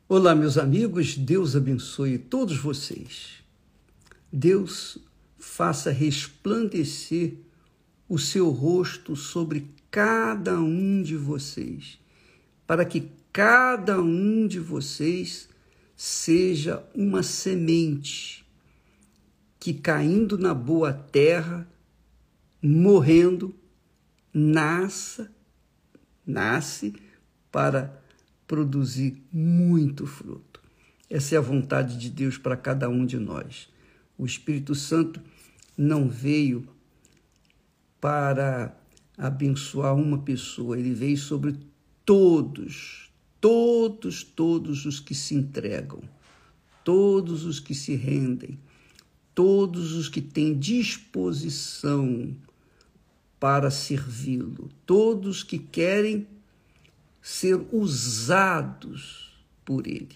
Olá, meus amigos, Deus abençoe todos vocês. Deus faça resplandecer o seu rosto sobre cada um de vocês, para que cada um de vocês seja uma semente que, caindo na boa terra, morrendo, nasce para produzir muito fruto. Essa é a vontade de Deus para cada um de nós. O Espírito Santo não veio para abençoar uma pessoa, ele veio sobre todos os que se entregam, todos os que se rendem, todos os que têm disposição para servi-lo, todos que querem ser usados por ele.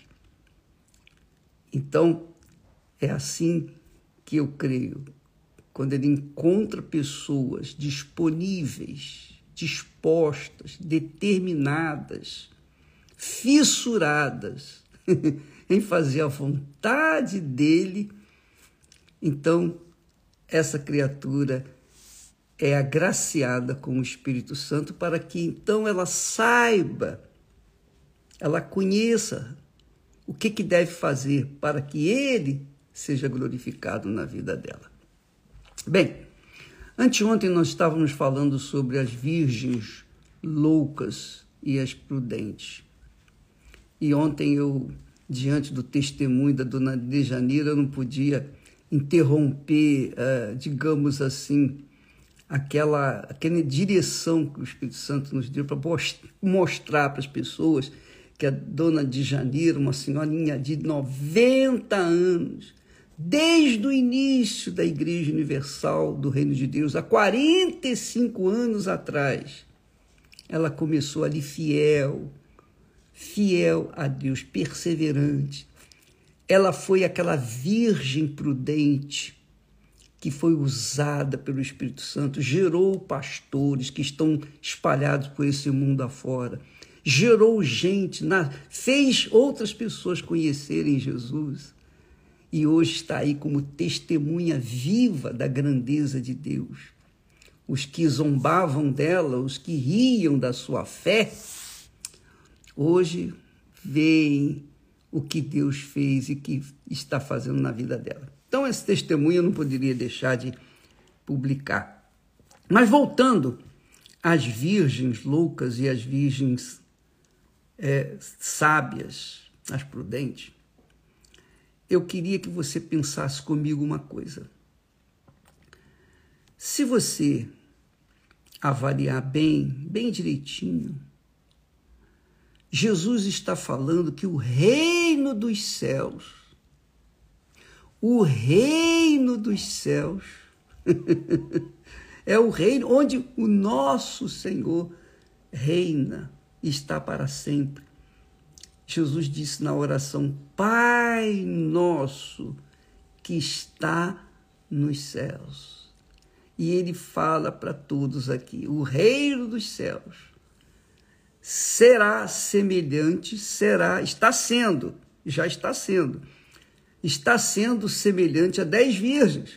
Então, é assim que eu creio. Quando ele encontra pessoas disponíveis, dispostas, determinadas, fissuradas em fazer a vontade dele, então essa criatura é agraciada com o Espírito Santo para que então ela saiba, ela conheça o que deve fazer para que ele seja glorificado na vida dela. Bem, anteontem nós estávamos falando sobre as virgens loucas e as prudentes. E ontem eu, diante do testemunho da dona Dejanira, eu não podia interromper, digamos assim, aquela direção que o Espírito Santo nos deu para mostrar para as pessoas que a dona Dejanira, uma senhorinha de 90 anos, desde o início da Igreja Universal do Reino de Deus, há 45 anos atrás, ela começou ali fiel a Deus, perseverante. Ela foi aquela virgem prudente que foi usada pelo Espírito Santo, gerou pastores que estão espalhados por esse mundo afora, gerou gente, fez outras pessoas conhecerem Jesus e hoje está aí como testemunha viva da grandeza de Deus. Os que zombavam dela, os que riam da sua fé, hoje veem o que Deus fez e que está fazendo na vida dela. Então, esse testemunho eu não poderia deixar de publicar. Mas voltando às virgens loucas e às virgens sábias, as prudentes, eu queria que você pensasse comigo uma coisa. Se você avaliar bem direitinho, Jesus está falando que o reino dos céus é o reino onde o nosso Senhor reina e está para sempre. Jesus disse na oração: Pai nosso que está nos céus. E ele fala para todos aqui: o reino dos céus será semelhante, está sendo semelhante a 10 virgens.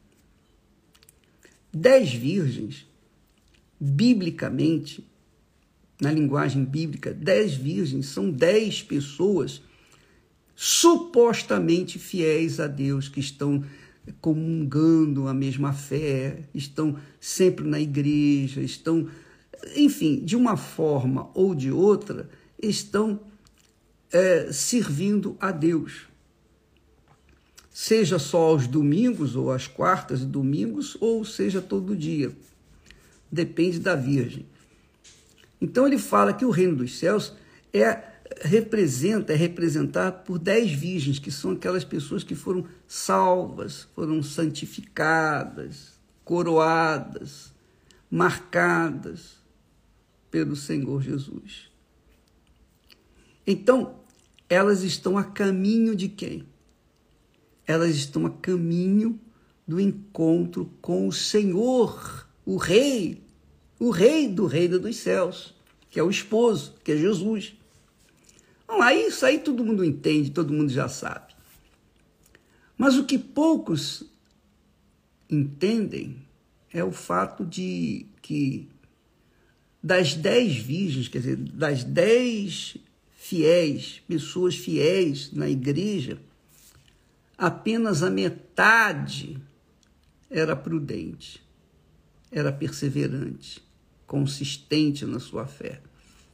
10 virgens, biblicamente, na linguagem bíblica, 10 virgens são 10 pessoas supostamente fiéis a Deus, que estão comungando a mesma fé, estão sempre na igreja, estão, enfim, de uma forma ou de outra, estão servindo a Deus. Seja só aos domingos, ou às quartas e domingos, ou seja todo dia. Depende da virgem. Então ele fala que o reino dos céus é representado por 10 virgens, que são aquelas pessoas que foram salvas, foram santificadas, coroadas, marcadas pelo Senhor Jesus. Então, elas estão a caminho de quem? Elas estão a caminho do encontro com o Senhor, o Rei do reino dos céus, que é o esposo, que é Jesus. Não, isso aí todo mundo entende, todo mundo já sabe. Mas o que poucos entendem é o fato de que das 10 virgens, quer dizer, das 10 fiéis, pessoas fiéis na igreja, apenas a metade era prudente, era perseverante, consistente na sua fé.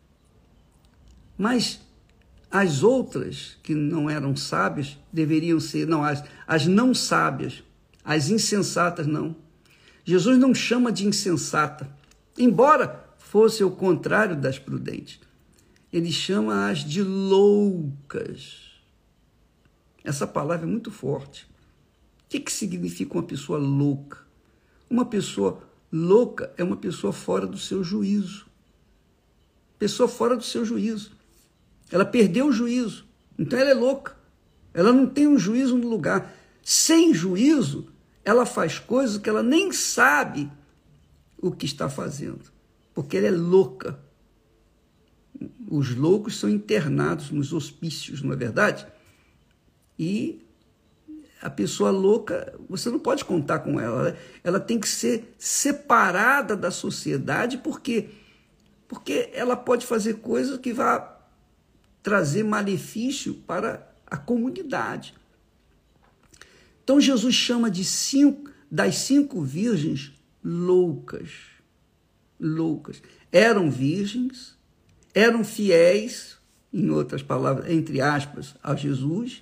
Mas as outras, que não eram sábias, deveriam ser, não, as não sábias, as insensatas não. Jesus não chama de insensata, embora fosse o contrário das prudentes. Ele chama-as de loucas. Essa palavra é muito forte. O que significa uma pessoa louca? Uma pessoa louca é uma pessoa fora do seu juízo. Pessoa fora do seu juízo. Ela perdeu o juízo, então ela é louca. Ela não tem um juízo no lugar. Sem juízo, ela faz coisas que ela nem sabe o que está fazendo, porque ela é louca. Os loucos são internados nos hospícios, não é verdade? E a pessoa louca, você não pode contar com ela. Ela tem que ser separada da sociedade, porque ela pode fazer coisas que vá trazer malefício para a comunidade. Então Jesus chama das 5 virgens loucas. Loucas. Eram virgens, eram fiéis, em outras palavras, entre aspas, a Jesus,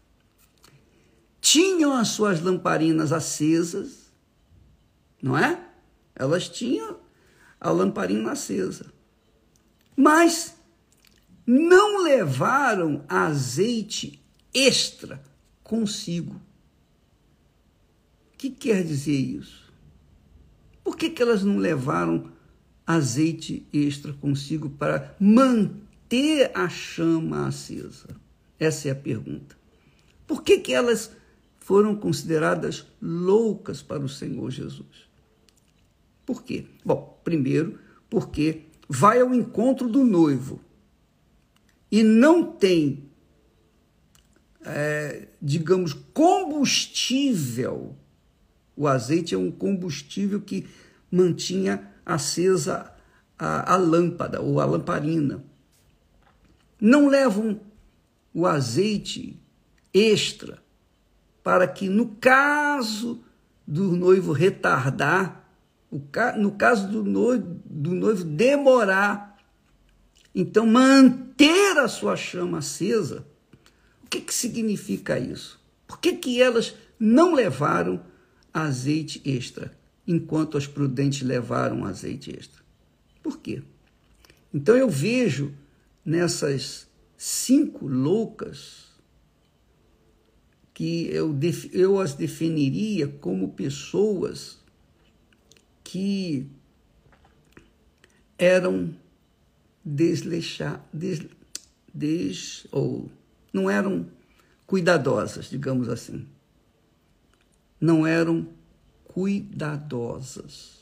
tinham as suas lamparinas acesas, não é? Elas tinham a lamparina acesa, mas não levaram azeite extra consigo. O que quer dizer isso? Por que elas não levaram azeite extra consigo para manter a chama acesa? Essa é a pergunta. Por que elas foram consideradas loucas para o Senhor Jesus? Por quê? Bom, primeiro, porque vai ao encontro do noivo e não tem, digamos, combustível. O azeite é um combustível que mantinha acesa a lâmpada ou a lamparina. Não levam o azeite extra para que, no caso do noivo retardar, no caso do noivo demorar, então manter a sua chama acesa. O que significa isso? Por que elas não levaram azeite extra, enquanto as prudentes levaram azeite extra? Por quê? Então eu vejo nessas 5 loucas que eu as definiria como pessoas que eram ou não eram cuidadosas, digamos assim. Não eram cuidadosas.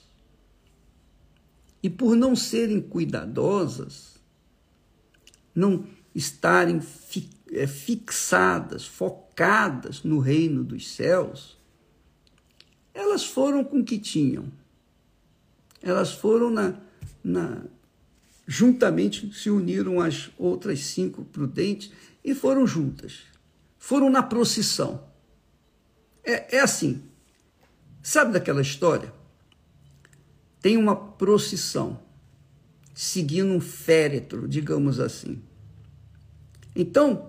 E por não serem cuidadosas, não estarem fixadas, focadas no reino dos céus, elas foram com o que tinham. Elas foram juntamente se uniram às outras 5 prudentes e foram juntas. Foram na procissão. É assim, sabe daquela história? Tem uma procissão seguindo um féretro, digamos assim. Então,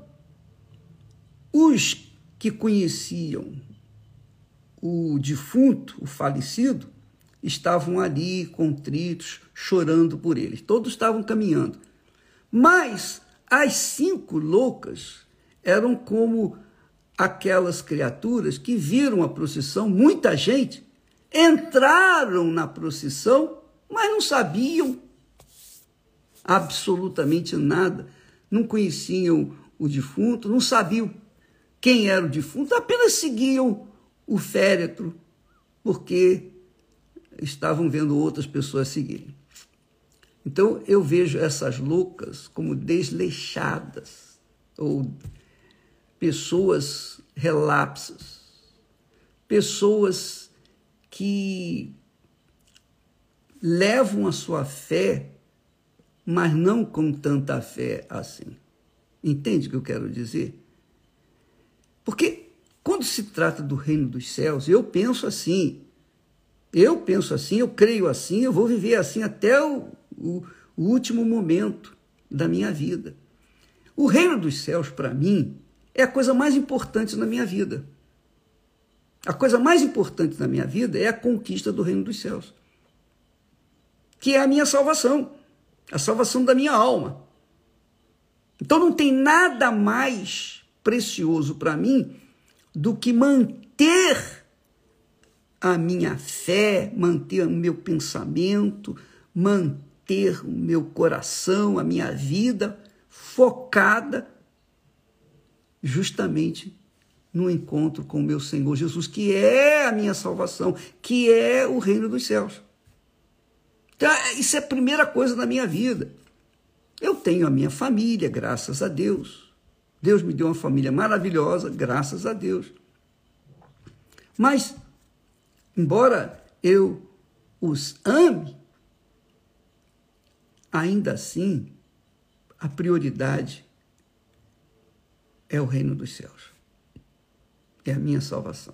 os que conheciam o defunto, o falecido, estavam ali contritos, chorando por eles. Todos estavam caminhando. Mas as 5 loucas eram como aquelas criaturas que viram a procissão, muita gente, entraram na procissão, mas não sabiam absolutamente nada, não conheciam o defunto, não sabiam quem era o defunto, apenas seguiam o féretro, porque estavam vendo outras pessoas seguirem. Então, eu vejo essas loucas como desleixadas, ou pessoas relapsas, pessoas que levam a sua fé, mas não com tanta fé assim. Entende o que eu quero dizer? Porque quando se trata do reino dos céus, eu penso assim, eu creio assim, eu vou viver assim até o último momento da minha vida. O reino dos céus, para mim, é a coisa mais importante na minha vida. A coisa mais importante na minha vida é a conquista do reino dos céus, que é a minha salvação, a salvação da minha alma. Então não tem nada mais precioso para mim do que manter a minha fé, manter o meu pensamento, manter o meu coração, a minha vida focada justamente no encontro com o meu Senhor Jesus, que é a minha salvação, que é o reino dos céus. Então, isso é a primeira coisa na minha vida. Eu tenho a minha família, graças a Deus. Deus me deu uma família maravilhosa, graças a Deus. Mas, embora eu os ame, ainda assim, a prioridade é o reino dos céus. É a minha salvação.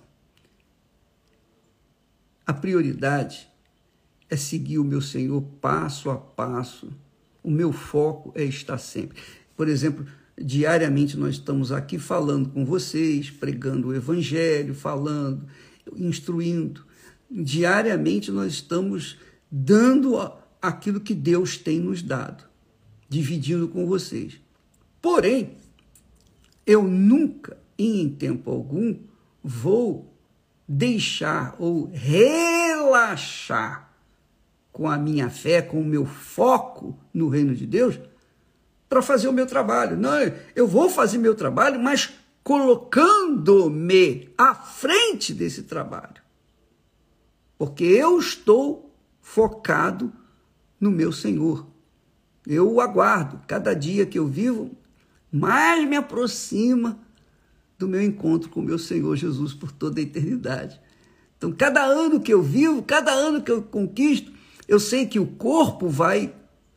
A prioridade é seguir o meu Senhor passo a passo. O meu foco é estar sempre. Por exemplo, diariamente nós estamos aqui falando com vocês, pregando o Evangelho, falando, instruindo. Diariamente nós estamos dando aquilo que Deus tem nos dado, dividindo com vocês. Porém, eu nunca, em tempo algum, vou deixar ou relaxar com a minha fé, com o meu foco no reino de Deus, para fazer o meu trabalho. Não, eu vou fazer meu trabalho, mas colocando-me à frente desse trabalho. Porque eu estou focado no meu Senhor. Eu o aguardo. Cada dia que eu vivo, mais me aproxima do meu encontro com o meu Senhor Jesus por toda a eternidade. Então, cada ano que eu vivo, cada ano que eu conquisto, eu sei que o corpo vai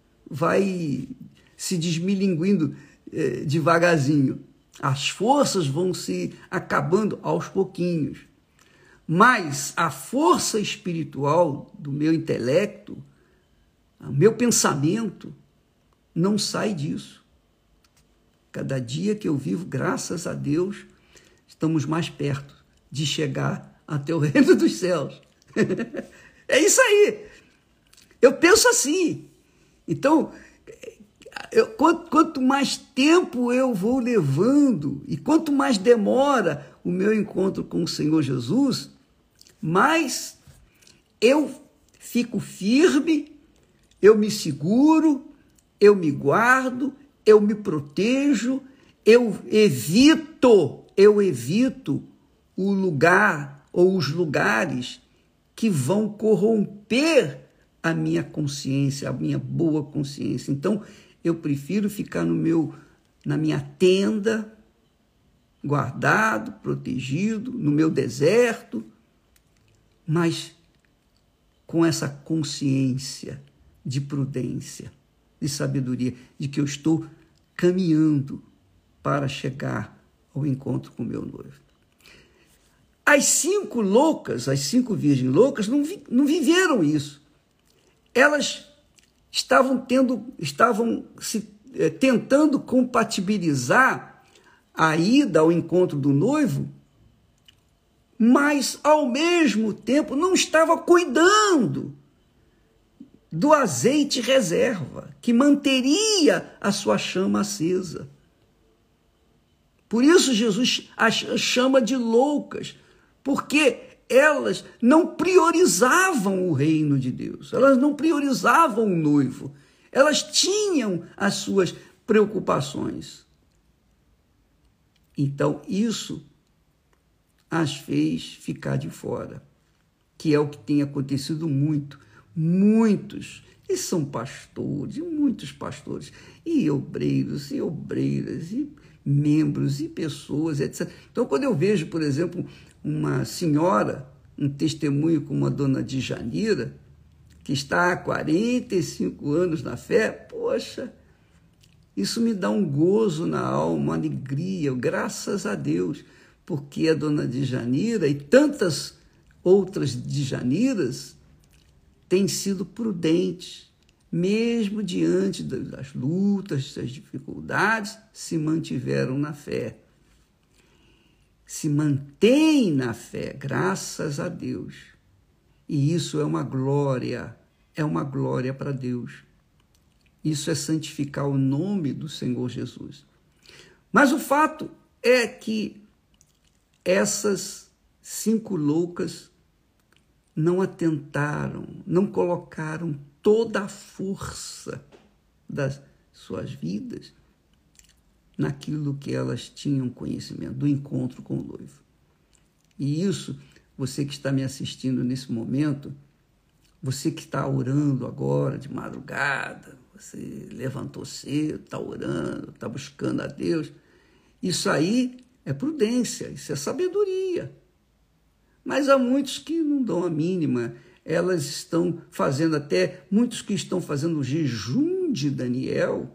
se desmilinguindo devagarzinho. As forças vão se acabando aos pouquinhos. Mas a força espiritual do meu intelecto, o meu pensamento, não sai disso. Cada dia que eu vivo, graças a Deus, estamos mais perto de chegar até o reino dos céus. É isso aí. Eu penso assim. Então, quanto mais tempo eu vou levando e quanto mais demora o meu encontro com o Senhor Jesus, mais eu fico firme, eu me seguro, eu me guardo, eu me protejo, eu evito o lugar ou os lugares que vão corromper a minha consciência, a minha boa consciência. Então, eu prefiro ficar na minha tenda, guardado, protegido, no meu deserto, mas com essa consciência de prudência, de sabedoria, de que eu estou caminhando para chegar ao encontro com o meu noivo. As 5 virgens loucas, não viveram isso. Elas estavam tentando compatibilizar a ida ao encontro do noivo, mas, ao mesmo tempo, não estava cuidando do azeite reserva, que manteria a sua chama acesa. Por isso Jesus as chama de loucas, porque elas não priorizavam o reino de Deus, elas não priorizavam o noivo, elas tinham as suas preocupações. Então, isso as fez ficar de fora, que é o que tem acontecido muito. Muitos E são pastores, muitos pastores, e obreiros, e obreiras, e membros, e pessoas, etc. Então, quando eu vejo, por exemplo, uma senhora, um testemunho como a dona Djanira, que está há 45 anos na fé, poxa, isso me dá um gozo na alma, uma alegria, graças a Deus, porque a dona Djanira e tantas outras Djaniras têm sido prudentes, mesmo diante das lutas, das dificuldades, se mantiveram na fé. Se mantém na fé, graças a Deus. E isso é uma glória para Deus. Isso é santificar o nome do Senhor Jesus. Mas o fato é que essas 5 loucas não atentaram, não colocaram toda a força das suas vidas naquilo que elas tinham conhecimento, do encontro com o noivo. E isso, você que está me assistindo nesse momento, você que está orando agora de madrugada, você levantou cedo, está orando, está buscando a Deus, isso aí é prudência, isso é sabedoria. Mas há muitos que não dão a mínima, elas estão fazendo até, muitos que estão fazendo o jejum de Daniel,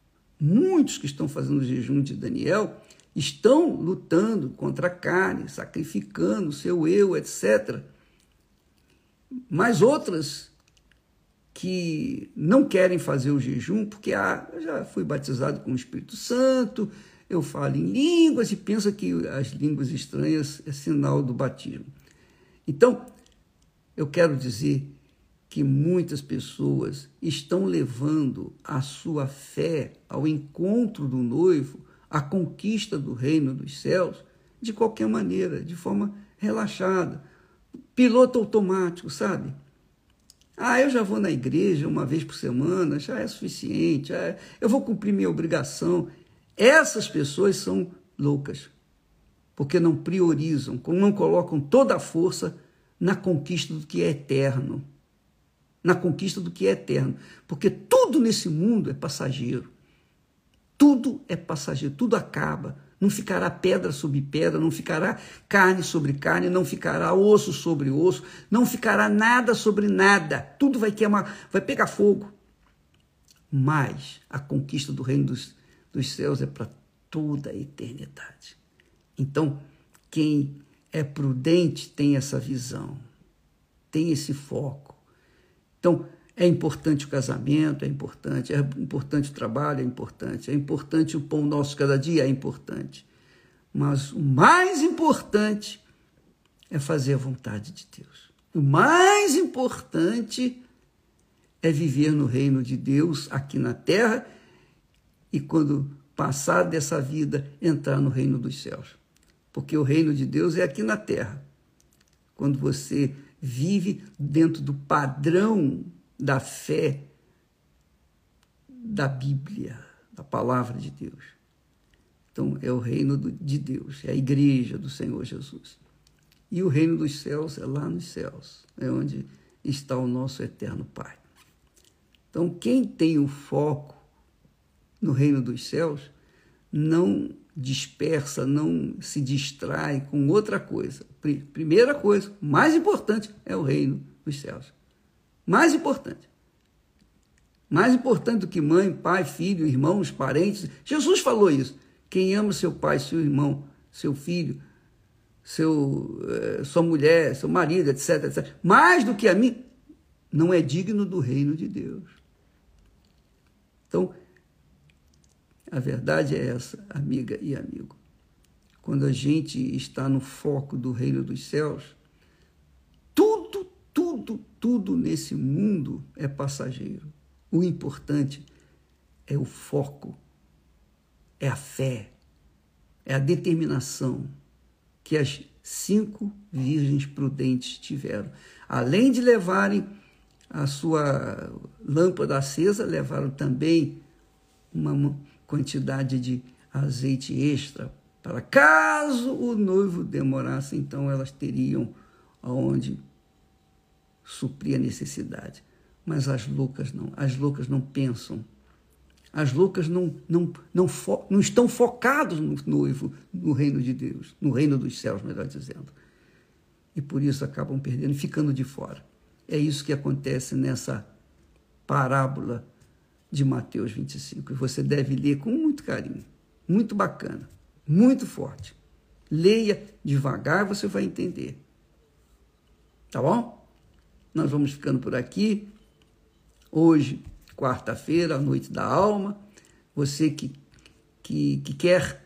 estão lutando contra a carne, sacrificando o seu eu, etc. Mas outras que não querem fazer o jejum, porque eu já fui batizado com o Espírito Santo, eu falo em línguas e pensa que as línguas estranhas é sinal do batismo. Então, eu quero dizer que muitas pessoas estão levando a sua fé ao encontro do noivo, à conquista do reino dos céus, de qualquer maneira, de forma relaxada, piloto automático, sabe? Eu já vou na igreja uma vez por semana, já é suficiente, eu vou cumprir minha obrigação. Essas pessoas são loucas, porque não priorizam, não colocam toda a força na conquista do que é eterno. Porque tudo nesse mundo é passageiro. Tudo é passageiro, tudo acaba. Não ficará pedra sobre pedra, não ficará carne sobre carne, não ficará osso sobre osso, não ficará nada sobre nada. Tudo vai queimar, vai pegar fogo. Mas a conquista do reino dos céus é para toda a eternidade. Então, quem é prudente tem essa visão, tem esse foco. Então, é importante o casamento, é importante o trabalho, é importante o pão nosso de cada dia, é importante. Mas o mais importante é fazer a vontade de Deus. O mais importante é viver no reino de Deus aqui na terra e quando passar dessa vida, entrar no reino dos céus. Porque o reino de Deus é aqui na terra. Quando você vive dentro do padrão da fé da Bíblia, da palavra de Deus. Então, é o reino de Deus, é a igreja do Senhor Jesus. E o reino dos céus é lá nos céus, é onde está o nosso eterno Pai. Então, quem tem o foco no reino dos céus, não dispersa, não se distrai com outra coisa. Primeira coisa, mais importante, é o reino dos céus. Mais importante do que mãe, pai, filho, irmãos, parentes. Jesus falou isso. Quem ama seu pai, seu irmão, seu filho, sua mulher, seu marido, etc, etc, mais do que a mim, não é digno do reino de Deus. Então, a verdade é essa, amiga e amigo. Quando a gente está no foco do reino dos céus, tudo nesse mundo é passageiro. O importante é o foco, é a fé, é a determinação que as 5 virgens prudentes tiveram. Além de levarem a sua lâmpada acesa, levaram também uma quantidade de azeite extra, para caso o noivo demorasse, então elas teriam aonde suprir a necessidade. Mas as loucas não. As loucas não pensam. As loucas não estão focadas no noivo, no reino de Deus, no reino dos céus, melhor dizendo. E por isso acabam perdendo, ficando de fora. É isso que acontece nessa parábola de Mateus 25. E você deve ler com muito carinho, muito bacana, muito forte. Leia devagar, você vai entender. Tá bom? Nós vamos ficando por aqui. Hoje, quarta-feira, a noite da alma. Você que quer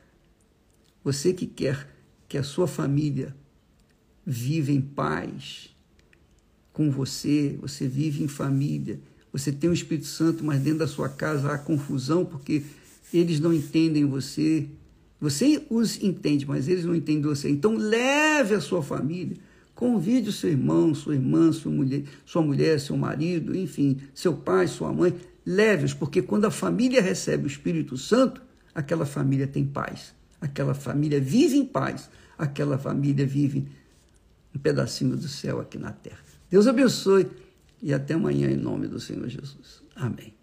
que a sua família viva em paz com você, você vive em família, você tem o Espírito Santo, mas dentro da sua casa há confusão, porque eles não entendem você. Você os entende, mas eles não entendem você. Então, leve a sua família, convide o seu irmão, sua irmã, sua mulher, seu marido, enfim, seu pai, sua mãe. Leve-os, porque quando a família recebe o Espírito Santo, aquela família tem paz. Aquela família vive em paz. Aquela família vive um pedacinho do céu aqui na terra. Deus abençoe e até amanhã em nome do Senhor Jesus. Amém.